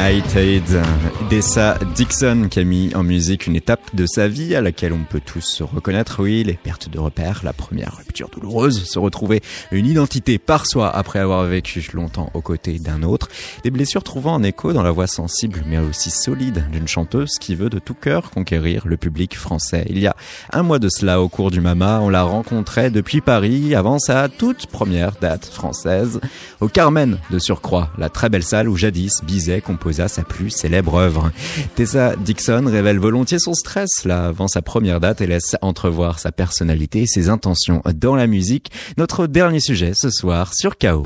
High Tide d'Essa Dixon qui a mis en musique une étape de sa vie à laquelle on peut tous se reconnaître. Oui, les pertes de repères, la première rupture douloureuse, se retrouver une identité par soi après avoir vécu longtemps aux côtés d'un autre. Des blessures trouvant un écho dans la voix sensible mais aussi solide d'une chanteuse qui veut de tout cœur conquérir le public français. Il y a un mois de cela, au cours du Mama, on la rencontrait depuis Paris avant sa toute première date française au Carmen de surcroît, la très belle salle où jadis Bizet composa sa plus célèbre œuvre. Tessa Dixon révèle volontiers son stress là avant sa première date et laisse entrevoir sa personnalité et ses intentions dans la musique. Notre dernier sujet ce soir sur KO.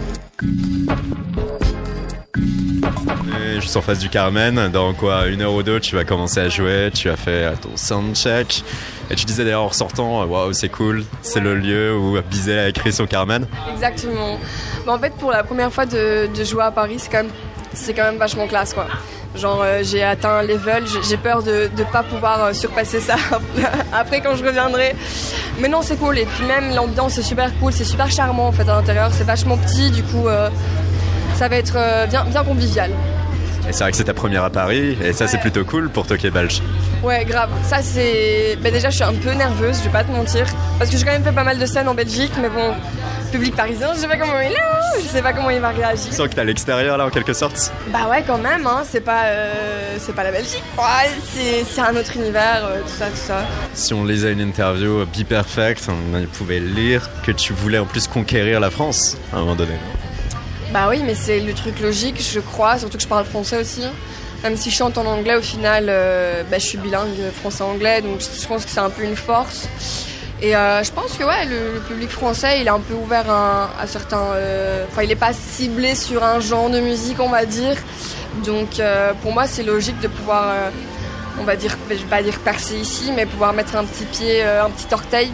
Juste en face du Carmen, dans quoi, 1 heure ou 2, tu vas commencer à jouer, tu as fait ton soundcheck. Et tu disais d'ailleurs en ressortant, waouh, c'est cool, c'est le lieu où Bizet a écrit son Carmen. Exactement. Mais en fait, pour la première fois de jouer à Paris, c'est quand même vachement classe, quoi. Genre, j'ai atteint un level, j'ai peur de pas pouvoir surpasser ça après quand je reviendrai. Mais non, c'est cool. Et puis même, l'ambiance est super cool, c'est super charmant en fait à l'intérieur. C'est vachement petit, du coup, ça va être bien convivial. Et c'est vrai que c'est ta première à Paris, et ça, ouais. C'est plutôt cool pour toi qui es belge. Ouais, grave. Ça, c'est... déjà, je suis un peu nerveuse, je vais pas te mentir. Parce que j'ai quand même fait pas mal de scènes en Belgique, mais bon, public parisien, je sais pas comment il est, je sais pas comment il va réagir. Tu sens que t'es à l'extérieur, là, en quelque sorte. Bah ouais, quand même, hein. C'est pas la Belgique. Ouais, c'est un autre univers, tout ça. Si on lisait une interview Be Perfect, on pouvait lire que tu voulais en plus conquérir la France, à un moment donné. Bah oui, mais c'est le truc logique, je crois, surtout que je parle français aussi. Même si je chante en anglais, au final, je suis bilingue français-anglais, donc je pense que c'est un peu une force. Et je pense que ouais, le public français, il est un peu ouvert à certains... il n'est pas ciblé sur un genre de musique, on va dire. Donc pour moi, c'est logique de pouvoir... on va dire, je vais pas dire percer ici, mais pouvoir mettre un petit pied, un petit orteil,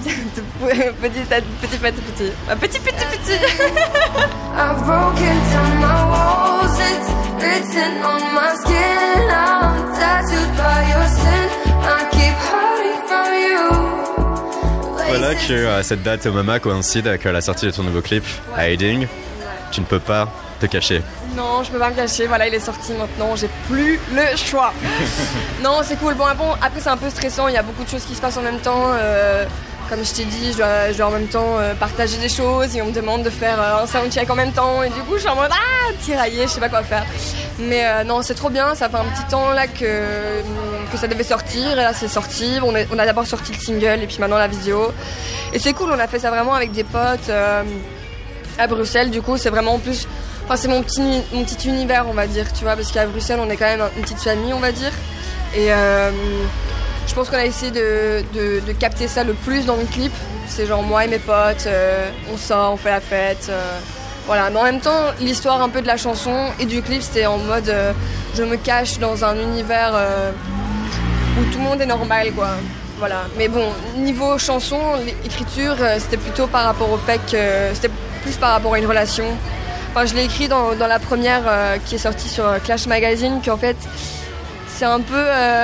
petit. I've broken down my walls, it's written on my skin. I'm tattooed by your sin, I keep hiding from you. Voilà que cette date au Mama coïncide avec la sortie de ton nouveau clip, Hiding. Ouais. Tu ne peux pas te cacher. Non, je peux pas me cacher, voilà, il est sorti maintenant, j'ai plus le choix. Non, c'est cool. Bon, après c'est un peu stressant, il y a beaucoup de choses qui se passent en même temps. Comme je t'ai dit, je dois en même temps partager des choses et on me demande de faire un soundcheck en même temps et du coup je suis en mode tiraillée, je sais pas quoi faire. Mais non, c'est trop bien, ça fait un petit temps là que ça devait sortir et là c'est sorti. On a d'abord sorti le single et puis maintenant la vidéo. Et c'est cool, on a fait ça vraiment avec des potes à Bruxelles, du coup c'est vraiment en plus... Enfin, c'est mon petit univers, on va dire, tu vois, parce qu'à Bruxelles, on est quand même une petite famille, on va dire. Et je pense qu'on a essayé de capter ça le plus dans le clip. C'est genre moi et mes potes, on sort, on fait la fête. Voilà, mais en même temps, l'histoire un peu de la chanson et du clip, c'était en mode je me cache dans un univers où tout le monde est normal, quoi. Voilà. Mais bon, niveau chanson, l'écriture, c'était plutôt par rapport au fait que c'était plus par rapport à une relation. Enfin, je l'ai écrit dans la première qui est sortie sur Clash Magazine, qu'en fait, c'est un peu...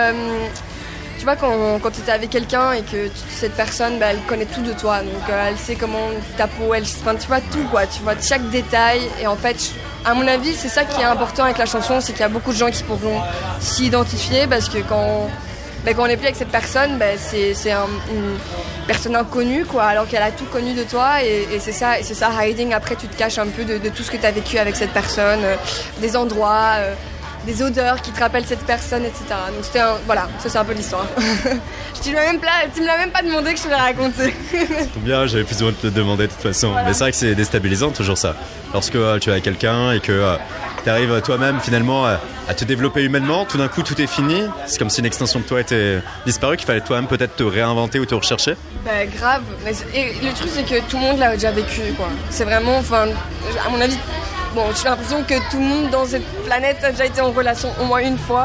tu vois, quand tu es avec quelqu'un et que cette personne, elle connaît tout de toi. Donc, elle sait comment ta peau, tu vois tout, quoi. Tu vois chaque détail. Et en fait, à mon avis, c'est ça qui est important avec la chanson, c'est qu'il y a beaucoup de gens qui pourront s'identifier parce que quand on n'est plus avec cette personne, c'est une personne inconnue, quoi, alors qu'elle a tout connu de toi et c'est ça, Hiding. Après, tu te caches un peu de tout ce que tu as vécu avec cette personne, des endroits, des odeurs qui te rappellent cette personne, etc. Donc voilà, ça c'est un peu l'histoire. Tu me l'as même pas demandé que je te l'ai raconté. Bien, j'avais plus besoin de te le demander de toute façon. Voilà. Mais c'est vrai que c'est déstabilisant toujours ça. Lorsque tu es avec quelqu'un et que tu arrives toi-même finalement à te développer humainement, tout d'un coup tout est fini. C'est comme si une extension de toi était disparue, qu'il fallait toi-même peut-être te réinventer ou te rechercher. Grave. Et le truc c'est que tout le monde l'a déjà vécu, quoi. C'est vraiment, à mon avis... Bon, j'ai l'impression que tout le monde dans cette planète a déjà été en relation au moins une fois.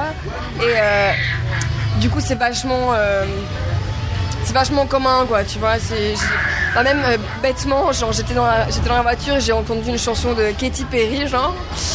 Et du coup, c'est vachement commun, quoi, tu vois. Même bêtement, genre, j'étais dans la voiture et j'ai entendu une chanson de Katy Perry, genre.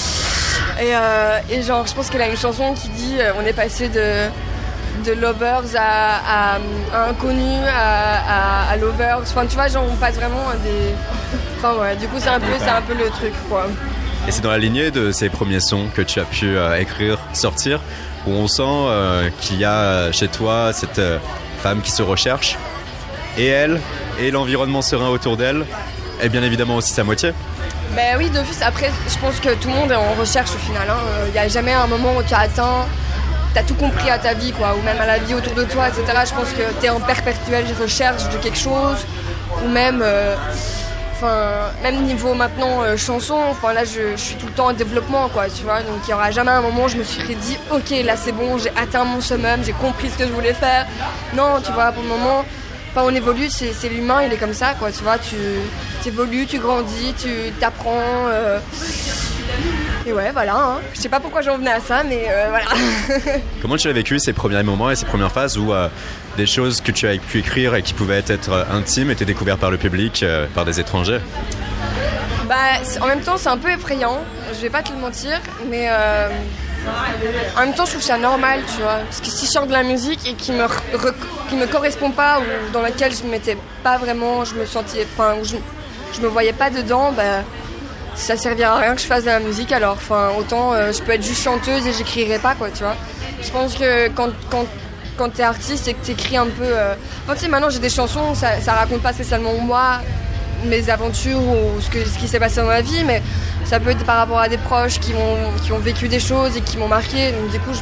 Et genre, je pense qu'elle a une chanson qui dit on est passé de lovers à inconnus à lovers. Enfin, tu vois, genre, on passe vraiment à des... Enfin, ouais, du coup, c'est un peu le truc, quoi. Et c'est dans la lignée de ces premiers sons que tu as pu écrire, sortir, où on sent qu'il y a chez toi cette femme qui se recherche, et elle, et l'environnement serein autour d'elle, et bien évidemment aussi sa moitié. Ben oui, d'office. Après, je pense que tout le monde est en recherche au final. Il n'y a jamais un moment où tu as atteint, tu as tout compris à ta vie, quoi, ou même à la vie autour de toi, etc. Je pense que tu es en perpétuelle recherche de quelque chose, ou même, même niveau maintenant chanson. Enfin là, je suis tout le temps en développement, quoi, tu vois. Donc il n'y aura jamais un moment où je me suis dit, ok, là c'est bon, j'ai atteint mon summum, j'ai compris ce que je voulais faire. Non, tu vois, pour le moment. Enfin, on évolue, c'est l'humain, il est comme ça, quoi, tu vois, tu évolues, tu grandis, tu t'apprends. Et ouais, voilà, hein. Je sais pas pourquoi j'en venais à ça, mais voilà. Comment tu as vécu ces premiers moments et ces premières phases où des choses que tu as pu écrire et qui pouvaient être intimes étaient découvertes par le public, par des étrangers? Bah, en même temps, c'est un peu effrayant, je vais pas te le mentir, mais en même temps, je trouve ça normal, tu vois. Parce que si je sors de la musique et qui me correspond pas, ou dans laquelle je me mettais pas vraiment, je me sentais, enfin, je me voyais pas dedans, bah, ça servira à rien que je fasse de la musique. Alors, enfin, autant je peux être juste chanteuse et j'écrirai pas, quoi, tu vois. Je pense que quand t'es artiste et que t'écris un peu, tu sais, maintenant j'ai des chansons, ça raconte pas spécialement moi, mes aventures ou ce qui s'est passé dans ma vie, mais ça peut être par rapport à des proches qui ont vécu des choses et qui m'ont marqué. Donc du coup,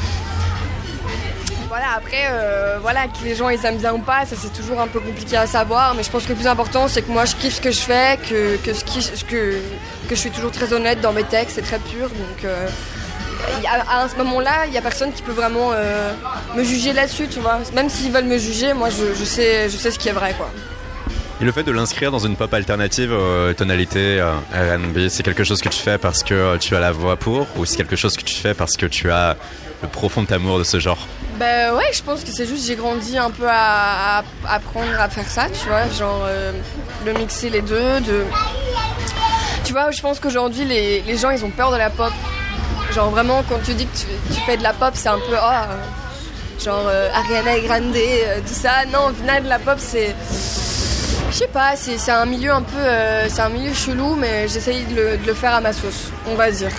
voilà, après, voilà, que les gens ils aiment bien ou pas, ça c'est toujours un peu compliqué à savoir, mais je pense que le plus important c'est que moi je kiffe ce que je fais, que je suis toujours très honnête dans mes textes, c'est très pur, donc à ce moment-là, il n'y a personne qui peut vraiment me juger là-dessus, tu vois. Même s'ils veulent me juger, moi je sais ce qui est vrai, quoi. Et le fait de l'inscrire dans une pop alternative tonalité R&B, c'est quelque chose que tu fais parce que tu as la voix pour, ou c'est quelque chose que tu fais parce que tu as le profond amour de ce genre? Ben ouais, je pense que c'est juste j'ai grandi un peu à apprendre à faire ça, tu vois, genre de mixer les deux, tu vois, je pense qu'aujourd'hui les gens ils ont peur de la pop. Genre vraiment quand tu dis que tu fais de la pop, c'est un peu genre Ariana Grande, tout ça. Non, au final la pop c'est, je sais pas, c'est un milieu un peu, c'est un milieu chelou, mais j'essaye de le faire à ma sauce, on va dire.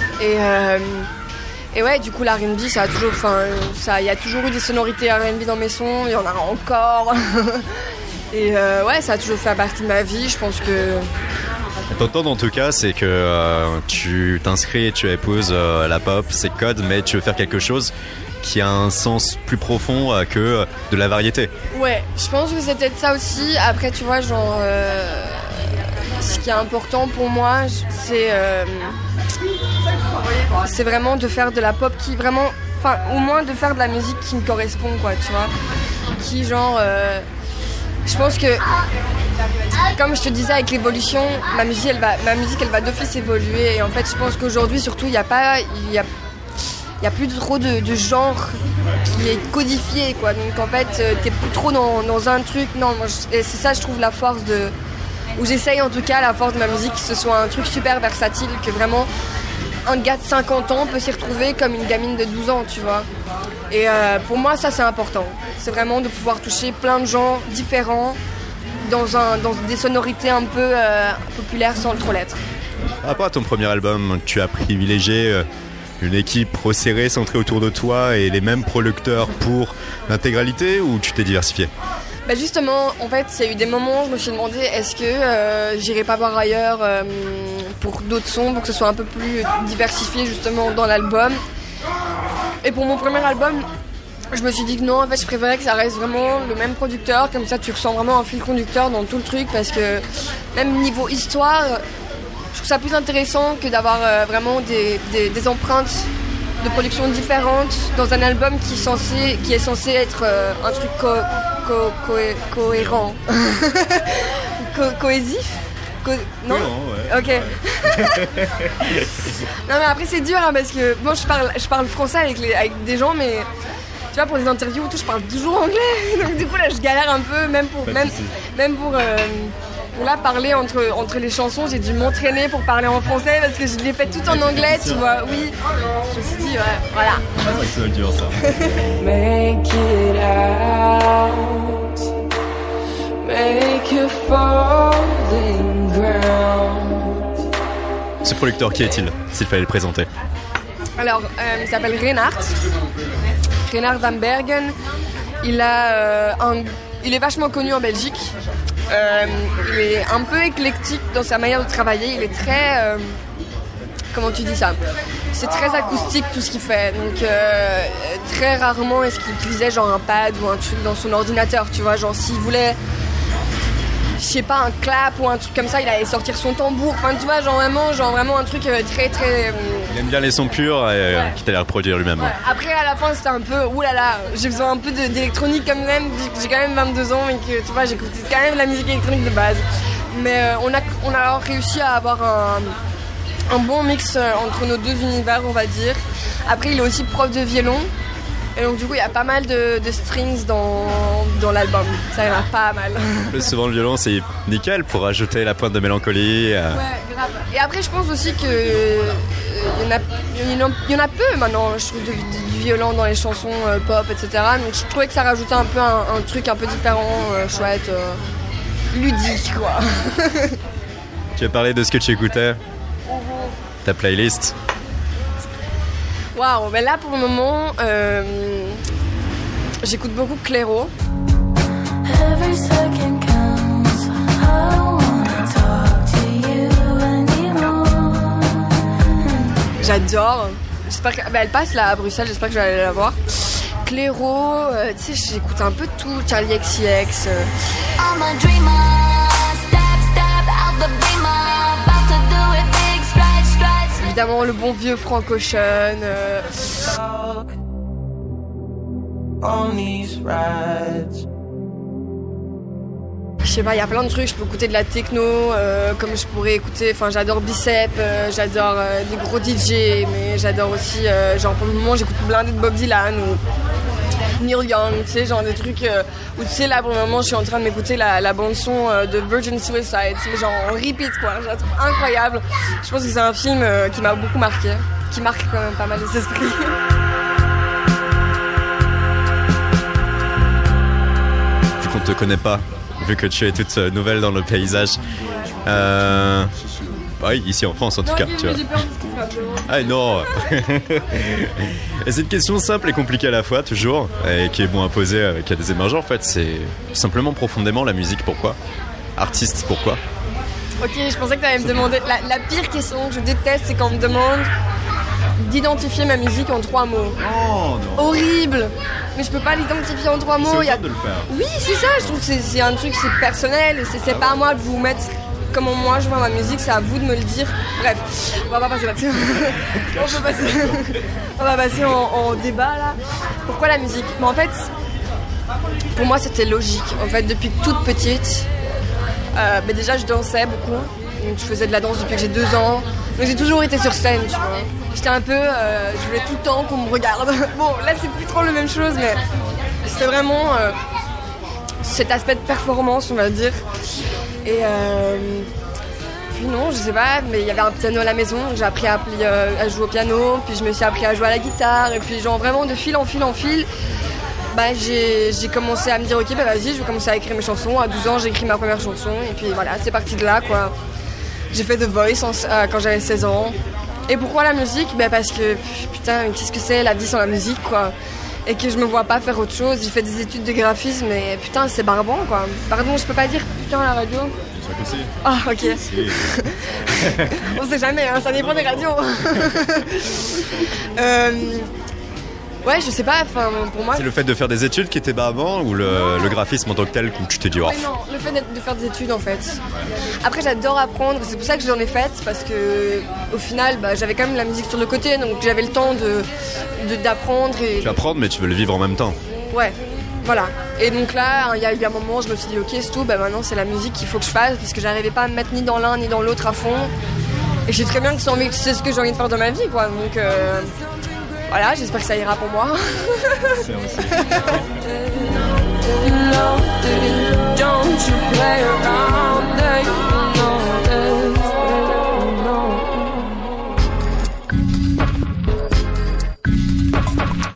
Et ouais, du coup, l'R&B, ça a toujours, il y a toujours eu des sonorités R&B dans mes sons, il y en a encore. Et ouais, ça a toujours fait partie de ma vie, je pense que... T'entends en tout cas, c'est que tu t'inscris et tu épouses la pop, c'est code, mais tu veux faire quelque chose qui a un sens plus profond que de la variété. Ouais, je pense que c'est peut-être ça aussi. Après, tu vois, genre, ce qui est important pour moi, c'est vraiment de faire de la pop qui vraiment, enfin, au moins de faire de la musique qui me correspond, quoi, tu vois. Qui, genre, je pense que, comme je te disais, avec l'évolution, ma musique, elle va d'office évoluer. Et en fait, je pense qu'aujourd'hui, surtout, il y a plus trop de genre qui est codifié, quoi. Donc en fait, t'es plus trop dans un truc. Non, c'est ça, je trouve, la force où j'essaye en tout cas, la force de ma musique, que ce soit un truc super versatile, que vraiment un gars de 50 ans peut s'y retrouver comme une gamine de 12 ans, tu vois. Et pour moi, ça c'est important. C'est vraiment de pouvoir toucher plein de gens différents dans des sonorités un peu populaires sans trop l'être. Par rapport à ton premier album, tu as privilégié une équipe resserrée, centrée autour de toi et les mêmes producteurs pour l'intégralité, ou tu t'es diversifié? Bah justement, en fait, il y a eu des moments où je me suis demandé est-ce que j'irais pas voir ailleurs pour d'autres sons, pour que ce soit un peu plus diversifié justement dans l'album. Et pour mon premier album, je me suis dit que non, en fait, je préférais que ça reste vraiment le même producteur, comme ça tu ressens vraiment un fil conducteur dans tout le truc, parce que même niveau histoire, je trouve ça plus intéressant que d'avoir vraiment des empreintes de production différentes dans un album qui est censé être un truc cohérent. Cohésif. Non, ouais. Ok. Non mais après c'est dur hein, parce que bon je parle français avec des gens, mais tu vois, pour des interviews tout je parle toujours anglais. Donc du coup là je galère un peu, même pour là parler entre les chansons, j'ai dû m'entraîner pour parler en français parce que je l'ai fait tout en anglais, tu vois. Oui. Je me suis dit ouais, voilà. C'est dur ça. Make it out, make a falling ground. Ce producteur, qui est-il, s'il fallait le présenter? Alors, il s'appelle Reinhard Van Bergen. Il est vachement connu en Belgique. Il est un peu éclectique dans sa manière de travailler. Il est très... comment tu dis ça? C'est très acoustique tout ce qu'il fait. Donc, très rarement est-ce qu'il utilisait genre un pad ou un truc dans son ordinateur, tu vois. Genre, s'il voulait... je sais pas, un clap ou un truc comme ça, il allait sortir son tambour. Enfin, tu vois, genre vraiment un truc très très... Il aime bien les sons purs et quitte à les reproduire lui-même. Ouais. Après, à la fin, c'était un peu, oulala, j'ai besoin un peu d'électronique quand même. J'ai quand même 22 ans et que, tu vois, j'écoute quand même la musique électronique de base. Mais on a réussi à avoir un bon mix entre nos deux univers, on va dire. Après, il est aussi prof de violon. Et donc du coup il y a pas mal de strings dans l'album, ça y en a pas mal. Plus souvent le violon c'est nickel pour ajouter la pointe de mélancolie. Ouais, grave. Et après je pense aussi que il y en a peu maintenant, je trouve, du violon dans les chansons pop, etc. Donc je trouvais que ça rajoutait un peu un truc un peu différent, chouette, ludique quoi. Tu as parlé de ce que tu écoutais, ta playlist. Waouh, ben là pour le moment, j'écoute beaucoup Clairo. J'adore. J'espère que, elle passe là à Bruxelles, j'espère que je vais aller la voir. Clairo, tu sais, j'écoute un peu de tout. Charlie XCX. Évidemment, le bon vieux Frank Ocean. Je sais pas, il y a plein de trucs. Je peux écouter de la techno, comme je pourrais écouter. Enfin, j'adore Bicep, j'adore des gros DJ, mais j'adore aussi, genre pour le moment, j'écoute blindé de Bob Dylan ou Neil Young, tu sais, genre des trucs où tu sais, là pour le moment, je suis en train de m'écouter la bande-son de Virgin Suicide, c'est genre en repeat quoi, je la trouve incroyable. Je pense que c'est un film qui m'a beaucoup marqué, qui marque quand même pas mal les esprits. Vu qu'on te connaît pas, vu que tu es toute nouvelle dans le paysage, oui, ici en France en tout cas, tu vois. Ah non. Et c'est une question simple et compliquée à la fois, toujours, et qui est bon à poser avec des émergents en fait. C'est simplement profondément la musique, pourquoi? Artiste, pourquoi? Ok, je pensais que tu allais me demander. La pire question que je déteste, c'est quand on me demande d'identifier ma musique en 3 mots. Oh non. Horrible. Mais je peux pas l'identifier en 3 mots. C'est de le faire. Oui, c'est ça. Je trouve que c'est un truc, c'est personnel. C'est pas à moi de vous mettre comment moi je vois ma musique, c'est à vous de me le dire. Bref, on va pas passer là-dessus. on va passer en débat là. Pourquoi la musique? Mais en fait, pour moi c'était logique. En fait, depuis toute petite, déjà je dansais beaucoup. Donc je faisais de la danse depuis que j'ai 2 ans. Donc j'ai toujours été sur scène, tu vois. J'étais un peu, je voulais tout le temps qu'on me regarde. Bon, là c'est plus trop la même chose, mais c'était vraiment cet aspect de performance, on va dire. Et puis non, je sais pas, mais il y avait un piano à la maison, j'ai appris à jouer au piano, puis je me suis appris à jouer à la guitare, et puis genre vraiment de fil en fil, j'ai commencé à me dire ok, bah vas-y, je vais commencer à écrire mes chansons. À 12 ans, j'ai écrit ma première chanson, et puis voilà, c'est parti de là quoi. J'ai fait The Voice quand j'avais 16 ans. Et pourquoi la musique? Parce que putain, qu'est-ce que c'est la vie sans la musique quoi? Et que je me vois pas faire autre chose. J'ai fait des études de graphisme et putain c'est barbant quoi. Pardon, je peux pas dire putain à la radio. Je sais que si. Ah ok. Si. On sait jamais, hein, ça dépend des radios. Ouais, je sais pas, enfin pour moi... C'est le fait de faire des études qui était barbant ou le graphisme en tant que tel où tu t'es dit oh. Ouais, non, le fait de faire des études en fait. Après j'adore apprendre, c'est pour ça que j'en ai fait, parce que au final j'avais quand même la musique sur le côté, donc j'avais le temps d'apprendre et... Tu vas apprendre mais tu veux le vivre en même temps. Ouais, voilà. Et donc là, il y a eu un moment où je me suis dit ok c'est tout, maintenant c'est la musique qu'il faut que je fasse, parce que j'arrivais pas à me mettre ni dans l'un ni dans l'autre à fond. Et j'ai très bien que c'est ce que j'ai envie de faire de ma vie quoi, donc... Voilà, j'espère que ça ira pour moi. C'est aussi.